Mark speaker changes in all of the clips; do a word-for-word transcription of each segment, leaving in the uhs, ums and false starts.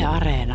Speaker 1: Areena.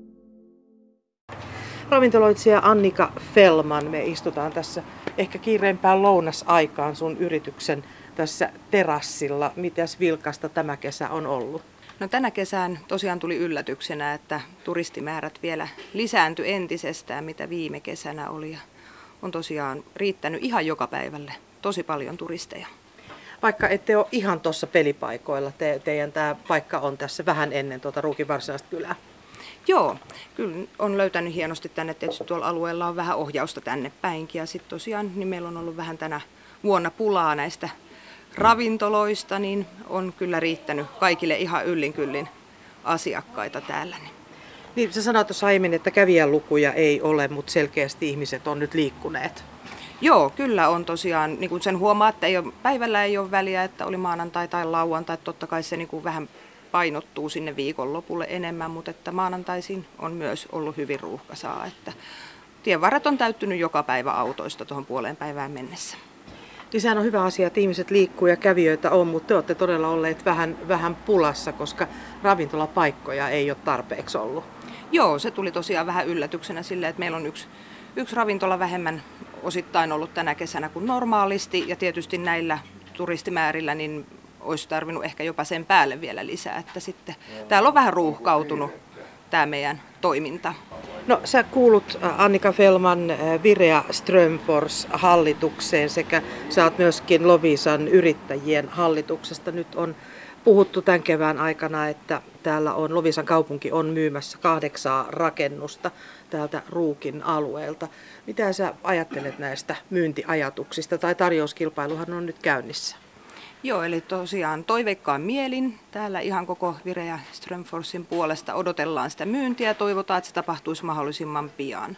Speaker 2: Ravintoloitsija Annika Fellman, me istutaan tässä ehkä kiireempään lounasaikaan sun yrityksen tässä terassilla. Mitäs vilkasta tämä kesä on ollut?
Speaker 3: No tänä kesään tosiaan tuli yllätyksenä, että turistimäärät vielä lisääntyi entisestään, mitä viime kesänä oli. Ja on tosiaan riittänyt ihan joka päivälle tosi paljon turisteja.
Speaker 2: Vaikka ette ole ihan tuossa pelipaikoilla, te, teidän tämä paikka on tässä vähän ennen tuota Ruukin varsinaista kylää.
Speaker 3: Joo, kyllä on löytänyt hienosti tänne. Tietysti tuolla alueella on vähän ohjausta tänne päinkin. Ja sitten tosiaan niin meillä on ollut vähän tänä vuonna pulaa näistä ravintoloista, niin on kyllä riittänyt kaikille ihan yllin kyllin asiakkaita täällä.
Speaker 2: Niin, sä sanoit tuossa aiemmin, että kävijälukuja ei ole, mutta selkeästi ihmiset on nyt liikkuneet.
Speaker 3: Joo, kyllä on tosiaan. Niin kuin sen huomaa, että ei ole, päivällä ei ole väliä, että oli maanantai tai lauantai. Totta kai se niin kuin vähän painottuu sinne viikonlopulle enemmän, mutta että maanantaisin on myös ollut hyvin ruuhkasaa. Että tienvarret on täyttynyt joka päivä autoista tuohon puoleen päivään mennessä.
Speaker 2: Niin sehän on hyvä asia, että ihmiset liikkuu ja kävijöitä on, mutta te olette todella olleet vähän, vähän pulassa, koska ravintolapaikkoja ei ole tarpeeksi ollut.
Speaker 3: Joo, se tuli tosiaan vähän yllätyksenä sille, että meillä on yksi, yksi ravintola vähemmän osittain ollut tänä kesänä kuin normaalisti. Ja tietysti näillä turistimäärillä niin olisi tarvinnut ehkä jopa sen päälle vielä lisää. Että sitten täällä on vähän ruuhkautunut tämä meidän toiminta.
Speaker 2: No sä kuulut Annika Fellman Virea Strömfors hallitukseen sekä sä oot myöskin Loviisan yrittäjien hallituksesta. Nyt on puhuttu tämän kevään aikana, että täällä on Loviisan kaupunki on myymässä kahdeksaa rakennusta täältä Ruukin alueelta. Mitä sä ajattelet näistä myyntiajatuksista tai tarjouskilpailuhan on nyt käynnissä?
Speaker 3: Joo, eli tosiaan toiveikkaan mielin täällä ihan koko Virea Strömforsin puolesta odotellaan sitä myyntiä ja toivotaan, että se tapahtuisi mahdollisimman pian.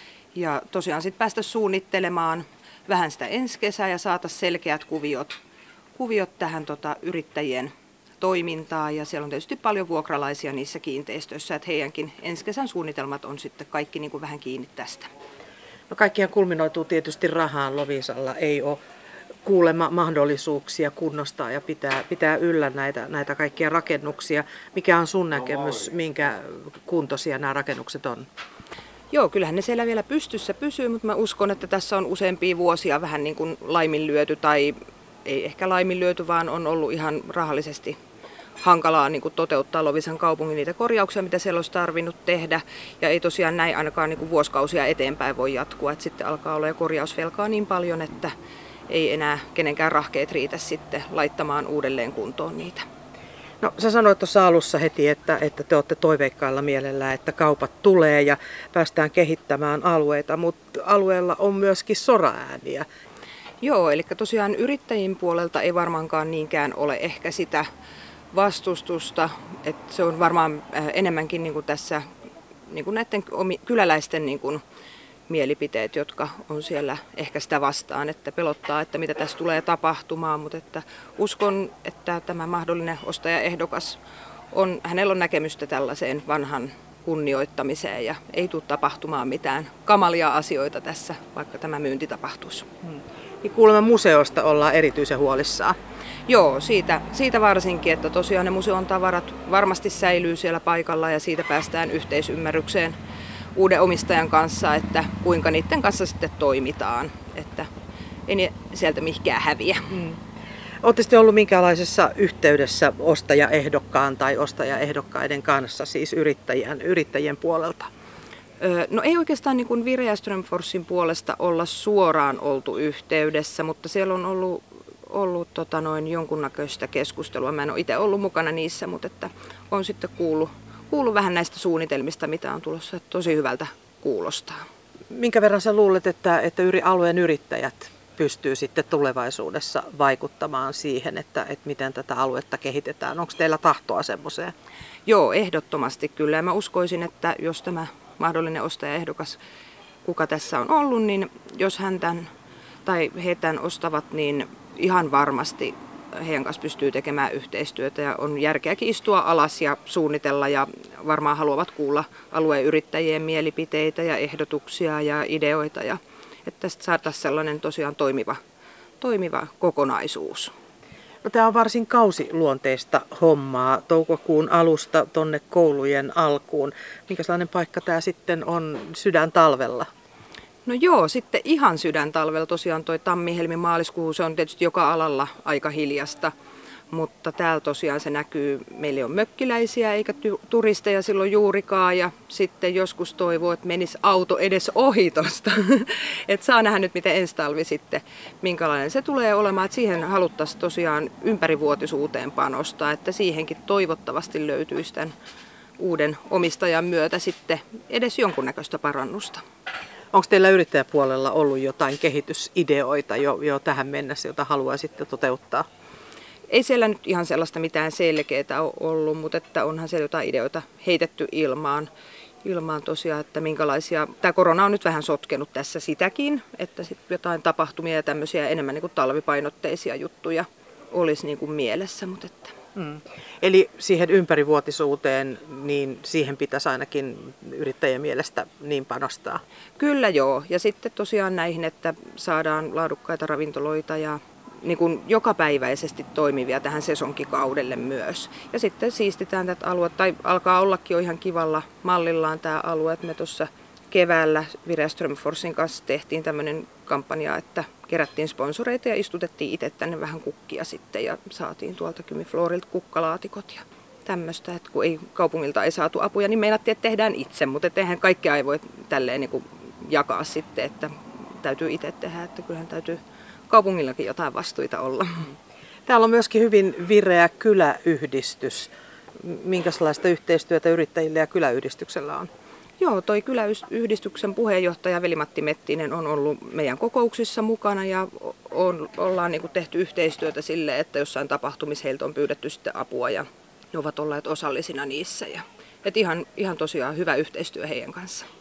Speaker 3: Ja tosiaan sitten päästä suunnittelemaan vähän sitä ensi kesää ja saata selkeät kuviot, kuviot tähän tota, yrittäjien toimintaan. Ja siellä on tietysti paljon vuokralaisia niissä kiinteistöissä, että heidänkin ensi kesän suunnitelmat on sitten kaikki niin kuin vähän kiinni tästä.
Speaker 2: No kaikkiaan kulminoituu tietysti rahaan. Loviisalla ei ole kuulemma mahdollisuuksia kunnostaa ja pitää, pitää yllä näitä, näitä kaikkia rakennuksia. Mikä on sun näkemys, minkä kuntoisia nämä rakennukset on?
Speaker 3: Joo, kyllähän ne siellä vielä pystyssä pysyy, mutta mä uskon, että tässä on useampia vuosia vähän niin kuin laiminlyöty tai ei ehkä laiminlyöty, vaan on ollut ihan rahallisesti hankalaa niin kuin toteuttaa Loviisan kaupungin niitä korjauksia, mitä siellä olisi tarvinnut tehdä. Ja ei tosiaan näin ainakaan niin kuin vuosikausia eteenpäin voi jatkua, että sitten alkaa olla jo korjausvelkaa niin paljon, että ei enää kenenkään rahkeet riitä sitten laittamaan uudelleen kuntoon niitä.
Speaker 2: No sä sanoit tuossa alussa heti, että, että te olette toiveikkailla mielellä, että kaupat tulee ja päästään kehittämään alueita, mutta alueella on myöskin soraääniä.
Speaker 3: Joo, eli tosiaan yrittäjien puolelta ei varmaankaan niinkään ole ehkä sitä vastustusta, että se on varmaan enemmänkin niin kuin tässä niin kuin näiden kyläläisten niin kuin mielipiteet, jotka on siellä ehkä sitä vastaan, että pelottaa, että mitä tässä tulee tapahtumaan, mutta että uskon, että tämä mahdollinen ostajaehdokas on, hänellä on näkemystä tällaiseen vanhan kunnioittamiseen ja ei tule tapahtumaan mitään kamalia asioita tässä, vaikka tämä myynti tapahtuisi.
Speaker 2: Hmm. Niin kuulemma museosta ollaan erityisen huolissaan.
Speaker 3: Joo, siitä, siitä varsinkin, että tosiaan ne museon tavarat varmasti säilyy siellä paikalla ja siitä päästään yhteisymmärrykseen uuden omistajan kanssa, että kuinka niiden kanssa sitten toimitaan, että ei ne sieltä mihinkään häviä. Mm.
Speaker 2: Oletteko te ollut minkälaisessa yhteydessä ostajaehdokkaan tai ostajaehdokkaiden kanssa, siis yrittäjien, yrittäjien puolelta?
Speaker 3: Öö, no ei oikeastaan niin kuin Virea Strömforsin puolesta olla suoraan oltu yhteydessä, mutta siellä on ollut, ollut tota noin jonkunnäköistä keskustelua. Mä en ole itse ollut mukana niissä, mutta että on sitten kuullut Kuuluu vähän näistä suunnitelmista, mitä on tulossa, että tosi hyvältä kuulostaa.
Speaker 2: Minkä verran sä luulet, että, että alueen yrittäjät pystyy sitten tulevaisuudessa vaikuttamaan siihen, että, että miten tätä aluetta kehitetään? Onko teillä tahtoa semmoiseen?
Speaker 3: Joo, ehdottomasti kyllä. Ja mä uskoisin, että jos tämä mahdollinen ostajaehdokas, kuka tässä on ollut, niin jos hän tämän, tai he tämän ostavat, niin ihan varmasti heidän kanssa pystyy tekemään yhteistyötä ja on järkeäkin istua alas ja suunnitella ja varmaan haluavat kuulla alueen yrittäjien mielipiteitä ja ehdotuksia ja ideoita ja että tästä saataisiin sellainen tosiaan toimiva, toimiva kokonaisuus.
Speaker 2: No, tämä on varsin kausiluonteista hommaa toukokuun alusta tonne koulujen alkuun. Minkälainen paikka tämä sitten on sydäntalvella?
Speaker 3: No joo, sitten ihan sydäntalvella tosiaan toi tammi, helmi, maaliskuu, se on tietysti joka alalla aika hiljasta. Mutta täällä tosiaan se näkyy, meillä on mökkiläisiä eikä turisteja silloin juurikaan ja sitten joskus toivoo, että menisi auto edes ohi tosta. Että saa nähdä nyt miten ensi talvi sitten, minkälainen se tulee olemaan. Että siihen haluttaisiin tosiaan ympärivuotisuuteen panostaa, että siihenkin toivottavasti löytyisi tämän uuden omistajan myötä sitten edes jonkunnäköistä parannusta.
Speaker 2: Onko teillä yrittäjäpuolella ollut jotain kehitysideoita jo, jo tähän mennessä, jota haluaisitte toteuttaa?
Speaker 3: Ei siellä nyt ihan sellaista mitään selkeää ole ollut, mutta että onhan siellä jotain ideoita heitetty ilmaan. Ilmaan tosiaan, että minkälaisia, tämä korona on nyt vähän sotkenut tässä sitäkin, että sit jotain tapahtumia ja tämmöisiä enemmän niin kuin talvipainotteisia juttuja olisi niin kuin mielessä. Mutta että.
Speaker 2: Mm. Eli siihen ympärivuotisuuteen, niin siihen pitäisi ainakin yrittäjien mielestä niin panostaa?
Speaker 3: Kyllä joo, ja sitten tosiaan näihin, että saadaan laadukkaita ravintoloita ja niin kuin jokapäiväisesti toimivia tähän sesonkikaudelle myös. Ja sitten siistitään tätä aluetta, tai alkaa ollakin jo ihan kivalla mallillaan tämä alue. Me tuossa keväällä Vireä Strömforsin kanssa tehtiin tämmöinen kampanja, että kerättiin sponsoreita ja istutettiin itse tänne vähän kukkia sitten ja saatiin tuolta Kymiflorilta kukkalaatikot ja tämmöistä. Että kun ei, kaupungilta ei saatu apuja, niin meinattiin, että tehdään itse, mutta eihän kaikkea ei voi tälleen niin kuin jakaa sitten, että täytyy itse tehdä, että kyllähän täytyy kaupungillakin jotain vastuita olla.
Speaker 2: Täällä on myöskin hyvin vireä kyläyhdistys. Minkälaista yhteistyötä yrittäjillä ja kyläyhdistyksellä on?
Speaker 3: Joo, toi kyläyhdistyksen puheenjohtaja Veli-Matti Mettinen on ollut meidän kokouksissa mukana ja on, ollaan niin kuin tehty yhteistyötä sille, että jossain tapahtumissa heiltä on pyydetty sitten apua ja ne ovat olleet osallisina niissä. Ja, et ihan, ihan tosiaan hyvä yhteistyö heidän kanssaan.